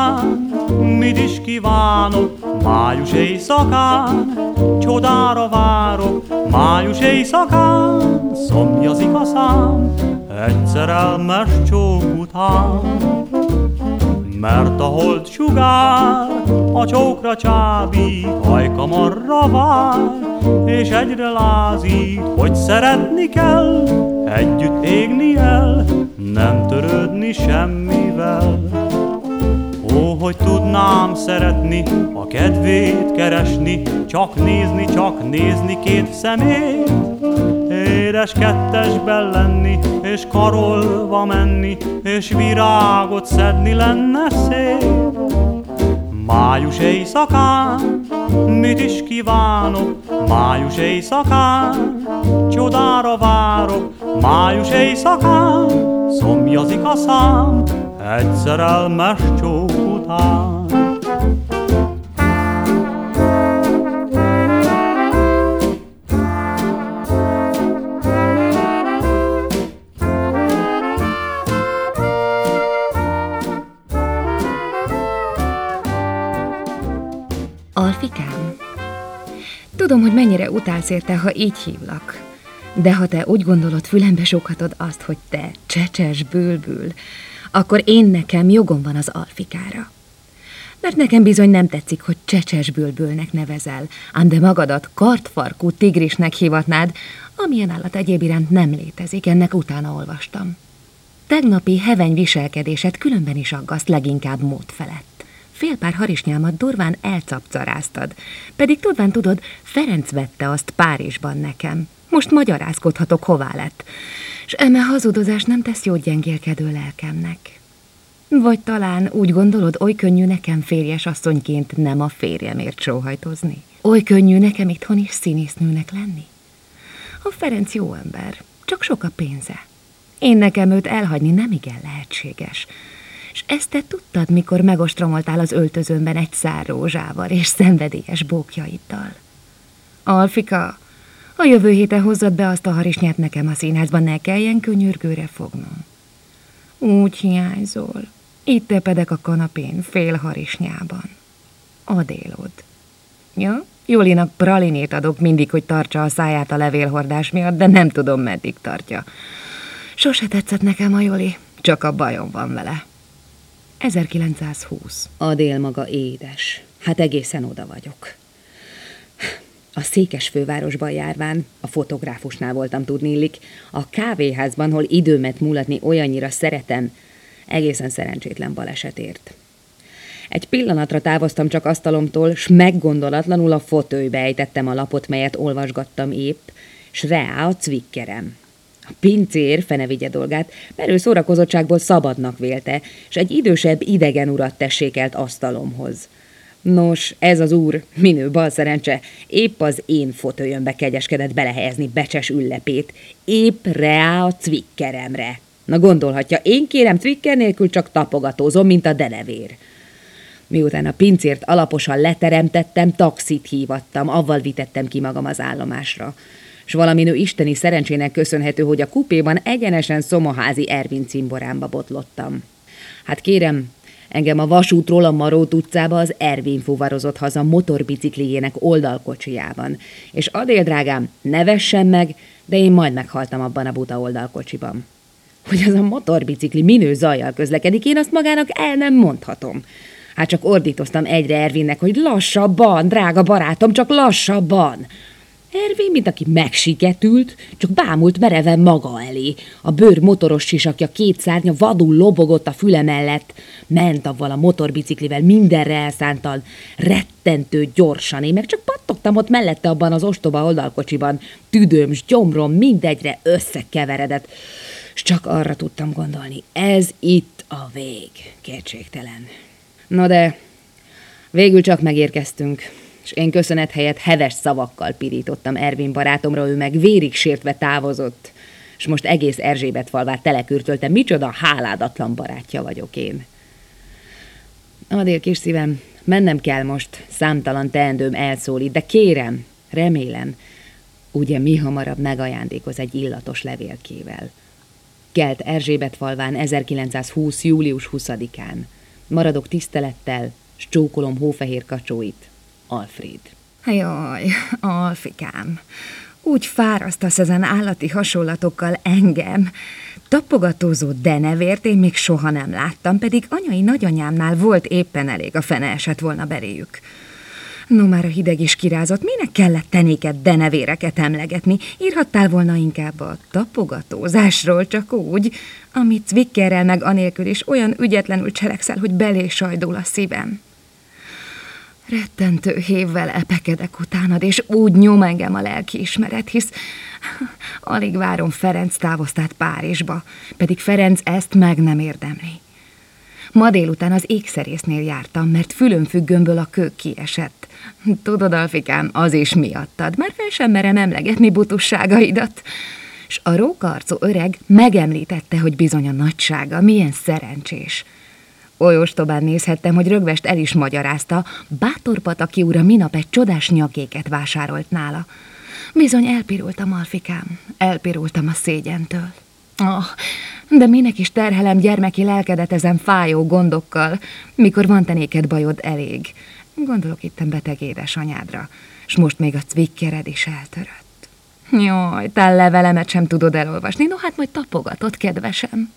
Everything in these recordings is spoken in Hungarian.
éjszakán, mit is kívánok május éjszakán, csodára várok május éjszakán, szomjazik a szám egy szerelmes csók után. Mert a hold sugár a csókra csábít, hajkamarra vár, és egyre lázít, hogy szeretni kell, együtt égni el, nem törődni semmivel. Ó, hogy tudnám szeretni, a kedvét keresni, csak nézni két szemét, édes kettesben lenni, és karolva menni, és virágot szedni lenne szép. Május éjszakán, mit is kívánok, május éjszakán, csodára várok, május éjszakán, szomjazik a szám egy szerelmes csók után. Alfikám, tudom, hogy mennyire utálsz érte, ha így hívlak, de ha te úgy gondolod, fülembe sóghatod azt, hogy te Csecses bülbül, akkor nekem jogom van az Alfikára. Mert nekem bizony nem tetszik, hogy Csecses bülbülnek nevezel, ám de magadat kartfarkú tigrisnek hívatnád, amilyen állat egyéb iránt nem létezik, ennek utána olvastam. Tegnapi heveny viselkedésed különben is aggaszt, leginkább mód felett. Fél pár harisnyámat durván elcapcaráztad, pedig tudván tudod, Ferenc vette azt Párizsban nekem. Most magyarázkodhatok, hová lett, s eme hazudozás nem tesz jót gyengélkedő lelkemnek. Vagy talán úgy gondolod, oly könnyű nekem férjes asszonyként nem a férjemért sóhajtozni? Oly könnyű nekem itthon is színésznőnek lenni? A Ferenc jó ember, csak sok a pénze. Én nekem őt elhagyni nem igen lehetséges. És ezt te tudtad, mikor megostromoltál az öltözőmben egy szár rózsával és szenvedélyes bókjaiddal. Alfika, a jövő héten hozzad be azt a harisnyát nekem a színházban, ne kelljen könyörgőre fognom. Úgy hiányzol. Itt tepedek a kanapén fél harisnyában. Adélod. Ja, Jolinak pralinét adok mindig, hogy tartsa a száját a levélhordás miatt, de nem tudom, meddig tartja. Sose tetszett nekem a Joli, csak a bajom van vele. 1920. Adél maga édes. Hát egészen oda vagyok. A Székesfővárosban járván, a fotográfusnál voltam tudniillik, a kávéházban, hol időmet múlatni olyannyira szeretem, egészen szerencsétlen baleset ért. Egy pillanatra távoztam csak asztalomtól, s meggondolatlanul a fotőjbe ejtettem a lapot, melyet olvasgattam épp, s reá a cvikkerem. A pincér, fene vigye dolgát, merő szórakozottságból szabadnak vélte, s egy idősebb idegen urat tessékelt asztalomhoz. Nos, ez az úr, minő balszerencse, épp az én fotőjönbe kegyeskedett belehelyezni becses üllepét, épp reá a cvikkeremre. Na gondolhatja, én kérem cvikker nélkül csak tapogatózom, mint a denevér. Miután a pincért alaposan leteremtettem, taxit hívattam, avval vitettem ki magam az állomásra. S valaminő isteni szerencsének köszönhető, hogy a kupéban egyenesen Szomoházi Ervin cimborámba botlottam. Hát kérem, engem a vasútról a Marót utcába az Ervin fuvarozott haza motorbiciklijének oldalkocsijában. És Adél drágám, ne vessen meg, de én majd meghaltam abban a buta oldalkocsiban. Hogy az a motorbicikli minő zajjal közlekedik, én azt magának el nem mondhatom. Hát csak ordítoztam egyre Ervinnek, hogy lassabban, drága barátom, csak lassabban. Ervin, mint aki megsiketült, csak bámult mereven maga elé. A bőr motoros sisakja két szárnya vadul lobogott a füle mellett. Ment avval a motorbiciklivel mindenre elszántan, rettentő gyorsan. Én meg csak pattogtam ott mellette abban az ostoba oldalkocsiban. Tüdőm s gyomrom mindegyre összekeveredett. S csak arra tudtam gondolni, ez itt a vég, kétségtelen. Na de végül csak megérkeztünk. És én köszönet helyett heves szavakkal pirítottam Ervin barátomra, ő meg vérig sértve távozott, és most egész Erzsébetfalvát telekürtöltem, micsoda háládatlan barátja vagyok én. Adél, kis szívem, mennem kell most, számtalan teendőm elszólít, de kérem, remélem, ugye mi hamarabb megajándékoz egy illatos levélkével. Kelt Erzsébetfalván 1920. július 20-án. Maradok tisztelettel, s csókolom hófehér kacsóit. Alfred. Jaj, Alfikám, úgy fárasztasz ezen állati hasonlatokkal engem. Tapogatózó denevért én még soha nem láttam, pedig anyai nagyanyámnál volt éppen elég, a fene esett volna beléjük. No, már a hideg is kirázott, minek kellett te néked denevéreket emlegetni? Írhattál volna inkább a tapogatózásról, csak úgy, amit Zwickerrel meg anélkül is olyan ügyetlenül cselekszel, hogy belé sajdul a szívem. Rettentő hévvel epekedek utánad, és úgy nyom engem a lelkiismeret, hisz alig várom Ferenc távoztát Párizsba, pedig Ferenc ezt meg nem érdemli. Ma délután az ékszerésznél jártam, mert fülönfüggömből a kő kiesett. Tudod, Alfikám, az is miattad, már fel sem merem emlegetni butusságaidat. S a rókaarcú öreg megemlítette, hogy bizony a nagysága milyen szerencsés. Oly ostobán nézhettem, hogy rögvest el is magyarázta, bátor Pataki ura minap egy csodás nyakéket vásárolt nála. Bizony elpirultam, Alfikám, elpirultam a szégyentől. De minek is terhelem gyermeki lelkedet ezen fájó gondokkal, mikor van te néked bajod elég. Gondolok itten beteg édesanyádra, s most még a Zwickered is eltörött. Jaj, te levelemet sem tudod elolvasni, no hát majd tapogatod, kedvesem.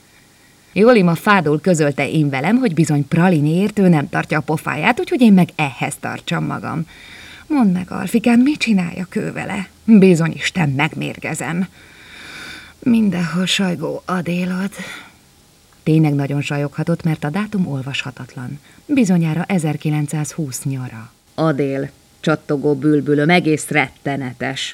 Jolima fádul közölte én velem, hogy bizony Pralinéért ő nem tartja a pofáját, úgyhogy én meg ehhez tartsam magam. Mondd meg, Alfikám, mit csináljak ő vele? Bizony Isten, megmérgezem. Mindenhol sajgó Adélod. Tényleg nagyon sajoghatott, mert a dátum olvashatatlan. Bizonyára 1920 nyara. Adél, csattogó bülbülöm, egész rettenetes.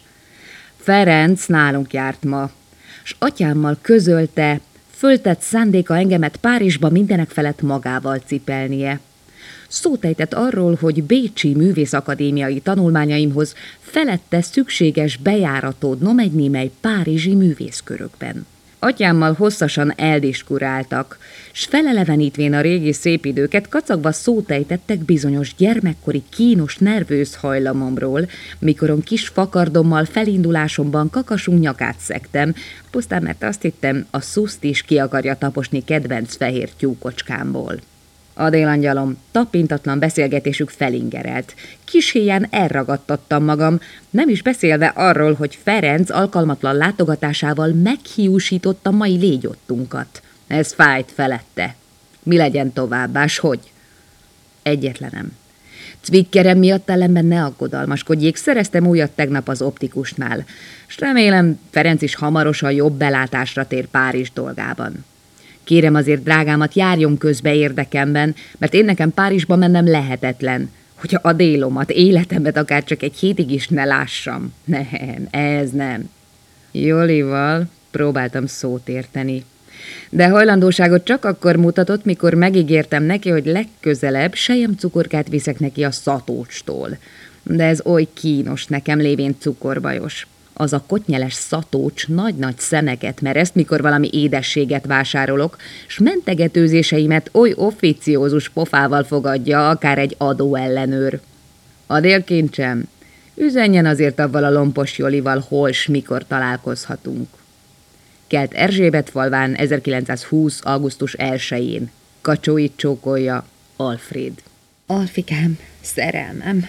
Ferenc nálunk járt ma, s atyámmal közölte, föltett szándéka engemet Párizsba mindenek felett magával cipelnie. Szót ejtett arról, hogy bécsi művészakadémiai tanulmányaimhoz felette szükséges bejáratódnom egy némely párizsi művészkörökben. Atyámmal hosszasan eldiskuráltak, s felelevenítvén a régi szép időket, kacagva szót ejtettek bizonyos gyermekkori kínos, nervős hajlamomról, mikoron kis fakardommal felindulásomban kakasunk nyakát szektem, pusztán mert azt hittem, a szuszt is ki akarja taposni kedvenc fehér tyúkocskámból. Adélangyalom, tapintatlan beszélgetésük felingerelt. Kis héján elragadtattam magam, nem is beszélve arról, hogy Ferenc alkalmatlan látogatásával meghiúsította mai légyottunkat. Ez fájt felette. Mi legyen tovább, s hogy? Egyetlenem. Zwickerem miatt ellenben ne aggodalmaskodjék, szereztem újat tegnap az optikusnál, s remélem, Ferenc is hamarosan jobb belátásra tér Párizs dolgában. Kérem azért, drágámat, járjon közbe érdekemben, mert én nekem Párizsba mennem lehetetlen, hogyha Adélomat, életemet akár csak egy hétig is ne lássam. Nem, ez nem. Jolival próbáltam szót érteni, de hajlandóságot csak akkor mutatott, mikor megígértem neki, hogy legközelebb selyemcukorkát viszek neki a Szatócstól. De ez oly kínos nekem, lévén cukorbajos. Az a kotnyeles Szatócs nagy-nagy szemeket mereszt, mikor valami édességet vásárolok, s mentegetőzéseimet oly officiózus pofával fogadja, akár egy adóellenőr. Adélkincsem, üzenjen azért avval a lompos Jolival, hol s mikor találkozhatunk. Kelt Erzsébetfalván 1920. augusztus 1-én. Kacsóit csókolja, Alfred. Alfikám, szerelmem.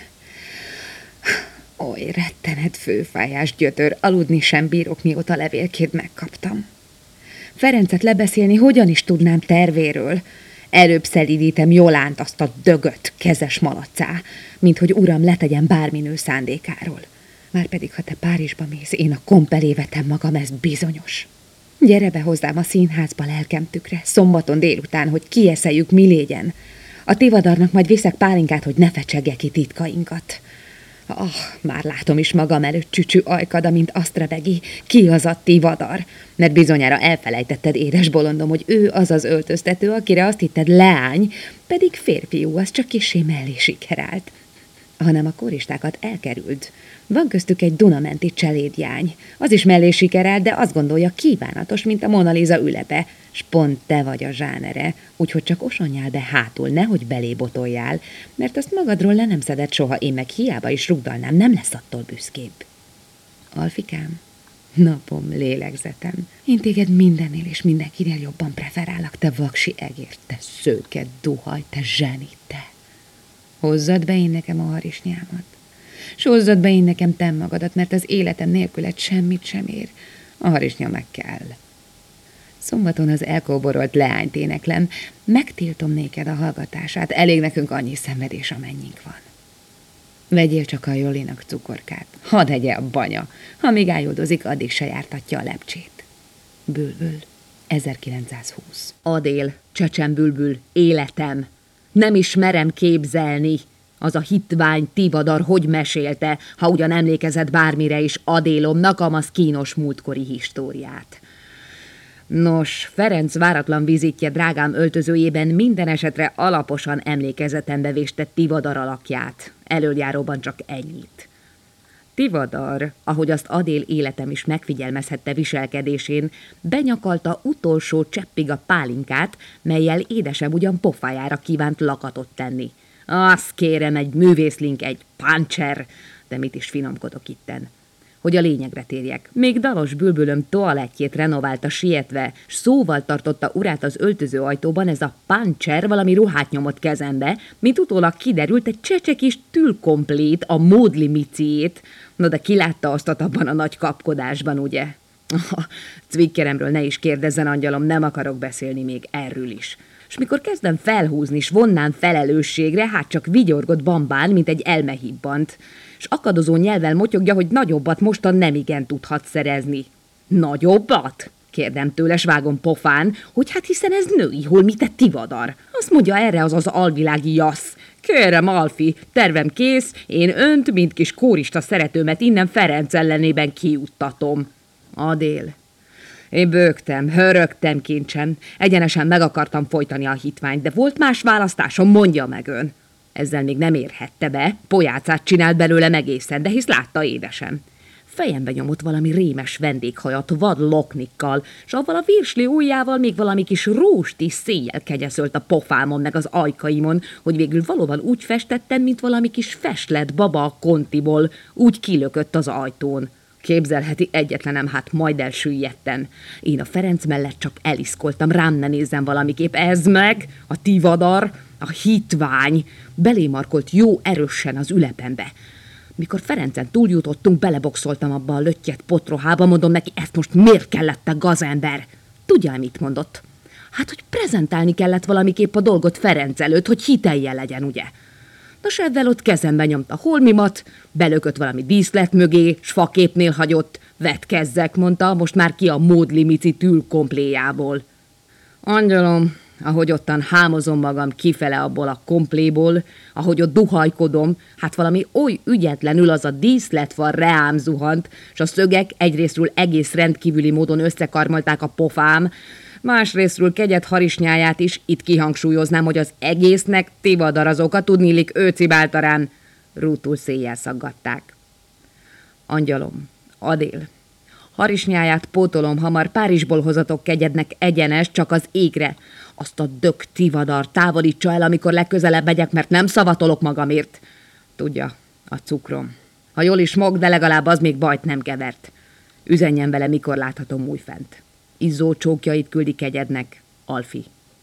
Oly rettenet főfájás gyötör, aludni sem bírok, mióta levélkét megkaptam. Ferencet lebeszélni hogyan is tudnám tervéről? Előbb szelídítem Jolánt, azt a dögöt, kezes malacá, mint hogy uram letegyen bárminő szándékáról. Márpedig, ha te Párizsba mész, én a komp elé vetem magam, ez bizonyos. Gyere be hozzám a színházba lelkemtükre, szombaton délután, hogy kieszeljük, mi légyen. A Tivadarnak majd viszek pálinkát, hogy ne fecsegje ki titkainkat. Már látom is magam előtt csücsű ajkada, mint Asztravegi, ki az a Tivadar, mert bizonyára elfelejtetted, édes bolondom, hogy ő az az öltöztető, akire azt hitted leány, pedig férfiú, az csak kissé mellé sikerált. Hanem a koristákat elkerüld. Van köztük egy dunamenti cselédjány. Az is mellé sikerált, de azt gondolja, kívánatos, mint a Mona Lisa ülepe, s pont te vagy a zsánere, úgyhogy csak osonjál be hátul, nehogy belébotoljál, mert azt magadról le nem szedett soha, én meg hiába is rugdalnám, nem lesz attól büszkébb. Alfikám, Napom, lélegzetem. Én téged mindennél és mindenkinél jobban preferálok, te vaksi egér, te szőke duhaj, te zseni, te. Hozzad be én nekem a harisnyámat, s hozzad be én nekem te magadat, mert az életem nélküled semmit sem ér. A harisnya meg kell. Szombaton az elkóborolt leányt éneklem, megtiltom néked a hallgatását, elég nekünk annyi szenvedés, amennyink van. Vegyél csak a Jolinak cukorkát, hadd egye a banya, ha még ájuldozik, addig se jártatja a lepcsét. Bülbül, 1920. Adél, Csecsen bülbül, életem. Nem is merem képzelni. Az a hitvány Tivadar hogy mesélte, ha ugyan emlékezett bármire is Adélomnak, amaz kínos múltkori históriát. Nos, Ferenc váratlan vizitje drágám öltözőjében minden esetre alaposan emlékezetembe véstett Tivadar alakját. Elöljáróban csak ennyit. Tivadar, ahogy azt Adél életem is megfigyelmezhette viselkedésén, benyakalta utolsó cseppig a pálinkát, mellyel édesem ugyan pofájára kívánt lakatot tenni. Azt kérem, egy művészlink, egy páncser, de mit is finomkodok itten. Hogy a lényegre térjek. Még dalos bülbülöm toalettjét renoválta sietve, s szóval tartotta urát az öltöző ajtóban, ez a páncser valami ruhát nyomott kezembe, mint utólag kiderült, egy csecsek is tülkomplét, a módli miciét. No, de ki látta azt abban a nagy kapkodásban, ugye? Cvikkeremről ne is kérdezzen, angyalom, nem akarok beszélni még erről is. És mikor kezdem felhúzni, s vonnám felelősségre, hát csak vigyorgott bambán, mint egy elmehibbant, és akadozó nyelvvel motyogja, hogy nagyobbat mostan nemigen tudhat szerezni. Nagyobbat? Kérdem tőle, s vágom pofán, hogy hát hiszen ez női holmi, te Tivadar. Azt mondja erre az alvilági jasz. Kérem, Alfi, tervem kész, én önt, mint kis kórista szeretőmet innen Ferenc ellenében kiuttatom. Adél. Én bőgtem, hörögtem kincsem, egyenesen meg akartam folytani a hitványt, de volt más választásom, mondja meg ön. Ezzel még nem érhette be, pojácát csinált belőlem egészen, de hisz látta édesem. Fejembe nyomott valami rémes vendéghajat vad loknikkal, s avval a virsli ujjával még valami kis róstis széjjel kegyeszölt a pofámon meg az ajkaimon, hogy végül valóban úgy festettem, mint valami kis feslet baba a kontiból, úgy kilökött az ajtón. Képzelheti, egyetlenem, hát majd elsüllyedtem. Én a Ferenc mellett csak eliszkoltam, rám ne nézzem valamiképp, ez meg, a Tivadar, a hitvány, belémarkolt jó erősen az ülepembe. Mikor Ferencen túljutottunk, beleboxoltam abba a löttyet potrohába, mondom neki, ezt most miért kellett te gazember? Tudja, mit mondott? Hát, hogy prezentálni kellett valamiképp a dolgot Ferenc előtt, hogy hitelje legyen, ugye? Nos, ezzel ott kezembe nyomta holmimat, belökött valami díszlet mögé, s faképnél hagyott, vetkezzek, mondta, most már ki a módli mici tülkompléjából. Angyalom, ahogy ottan hámozom magam kifele abból a kompléból, ahogy ott duhajkodom, hát valami oly ügyetlenül az a díszletfal reám zuhant, s a szögek egyrésztről egész rendkívüli módon összekarmolták a pofám, másrésztről kegyet harisnyáját is, itt kihangsúlyoznám, hogy az egésznek Tivadarazókat tudniillik ő cibálta rám, rútul széjjel szaggatták. Angyalom, Adél, harisnyáját pótolom, hamar Párizsból hozatok kegyednek egyenes, csak az égre. Azt a dög Tivadar távolítsa el, amikor legközelebb megyek, mert nem szavatolok magamért. Tudja, a cukrom. Ha jól is mog, de legalább az még bajt nem kevert. Üzenjen vele, mikor láthatom újfent. Izzó csókjait küldi kegyednek, Alfi.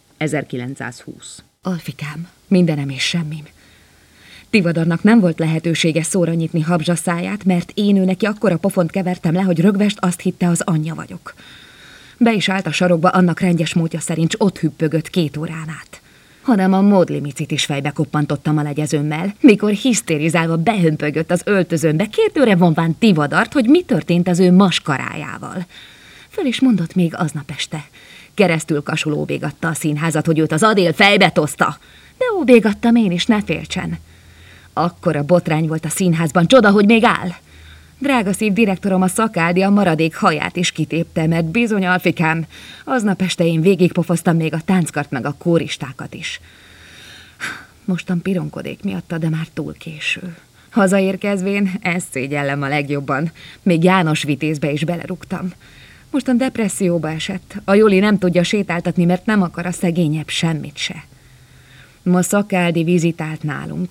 1920. Alfikám, mindenem és semmim. Tivadarnak nem volt lehetősége szóra nyitni habzsa száját, mert én ő neki akkora pofont kevertem le, hogy rögvest azt hitte, az anyja vagyok. Be is állt a sarokba annak rendes módja szerint, s ott hüppögött 2 órán át. Hanem a módli micit is fejbe koppantottam a legyezőmmel, mikor hisztérizálva behömpögött az öltözőmbe, kérdőre vonván Tivadart, hogy mi történt az ő maskarájával. Föl is mondott még aznap este. Keresztül kasul óvégatta a színházat, hogy őt az Adél fejbe tozta. De óvégattam én is, ne féltsen. Akkora botrány volt a színházban, csoda, hogy még áll. Drága szív direktorom a Szakádi a maradék haját is kitépte, mert bizony, Alfikám, aznap este én végigpofoztam még a tánckart meg a kóristákat is. Mostan pironkodék miatta, de már túl késő. Hazaérkezvén ezt szégyellem a legjobban. Még János Vitézbe is belerúgtam. Mostan depresszióba esett. A Joli nem tudja sétáltatni, mert nem akar a szegényebb semmit se. Ma Szakádi vizitált nálunk.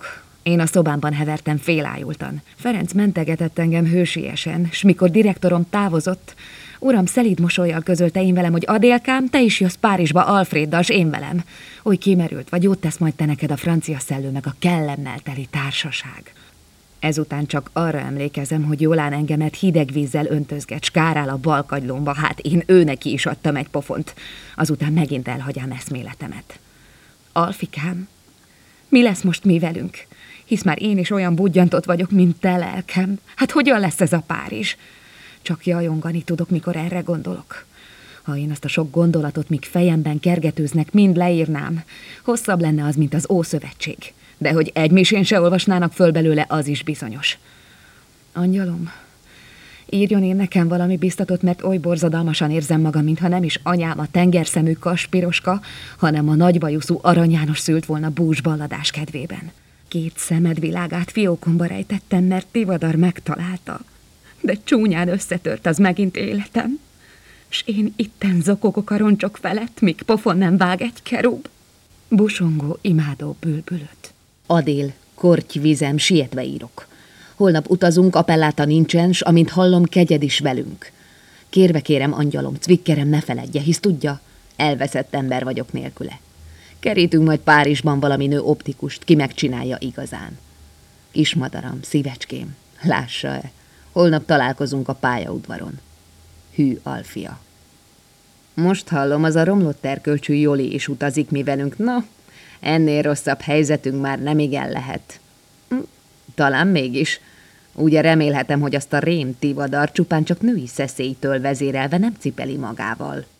Én a szobámban hevertem félájultan. Ferenc mentegetett engem hősiesen, s mikor direktorom távozott, uram szelíd mosollyal közölte én velem, hogy Adélkám, te is jössz Párizsba Alfréddal, s én velem. Oly kimerült vagy, jót tesz majd te neked a francia szellő meg a kellemmel teli társaság. Ezután csak arra emlékezem, hogy Jolán engemet hideg vízzel öntözget, s kárál a bal kagylomba, hát én őneki is adtam egy pofont. Azután megint elhagyám eszméletemet. Alfikám, mi lesz most mi velünk? Hisz már én is olyan budjantott vagyok, mint te, lelkem. Hát hogyan lesz ez a Párizs? Csak jajongani tudok, mikor erre gondolok. Ha én azt a sok gondolatot, míg fejemben kergetőznek, mind leírnám, hosszabb lenne az, mint az Ószövetség. De hogy egy misén se olvasnának föl belőle, az is bizonyos. Angyalom, írjon én nekem valami biztatot, mert oly borzadalmasan érzem magam, mintha nem is anyám a tengerszemű Kaspiroska, hanem a nagybajuszú Arany János szült volna bús balladás kedvében. 2 szemed világát fiókomba rejtettem, mert Tivadar megtalálta. De csúnyán összetört az megint életem. S én itten zokogok a roncsok felett, míg pofon nem vág egy kerub. Busongó, imádó bülbülöt. Adél, kortyvizem, sietve írok. Holnap utazunk, appelláta nincsen, s amint hallom, kegyed is velünk. Kérve kérem, angyalom, cvikkerem, ne feledje, hisz tudja, elveszett ember vagyok nélküle. Kerítünk majd Párizsban valami nő optikust, ki megcsinálja igazán. Kismadaram, szívecském, lássa-e, holnap találkozunk a pályaudvaron. Hű Alfia. Most hallom, az a romlott erkölcsű Joli is utazik mi velünk. Na, ennél rosszabb helyzetünk már nem igen lehet. Talán mégis. Ugye remélhetem, hogy azt a rém Tivadar csupán csak női szeszélytől vezérelve nem cipeli magával.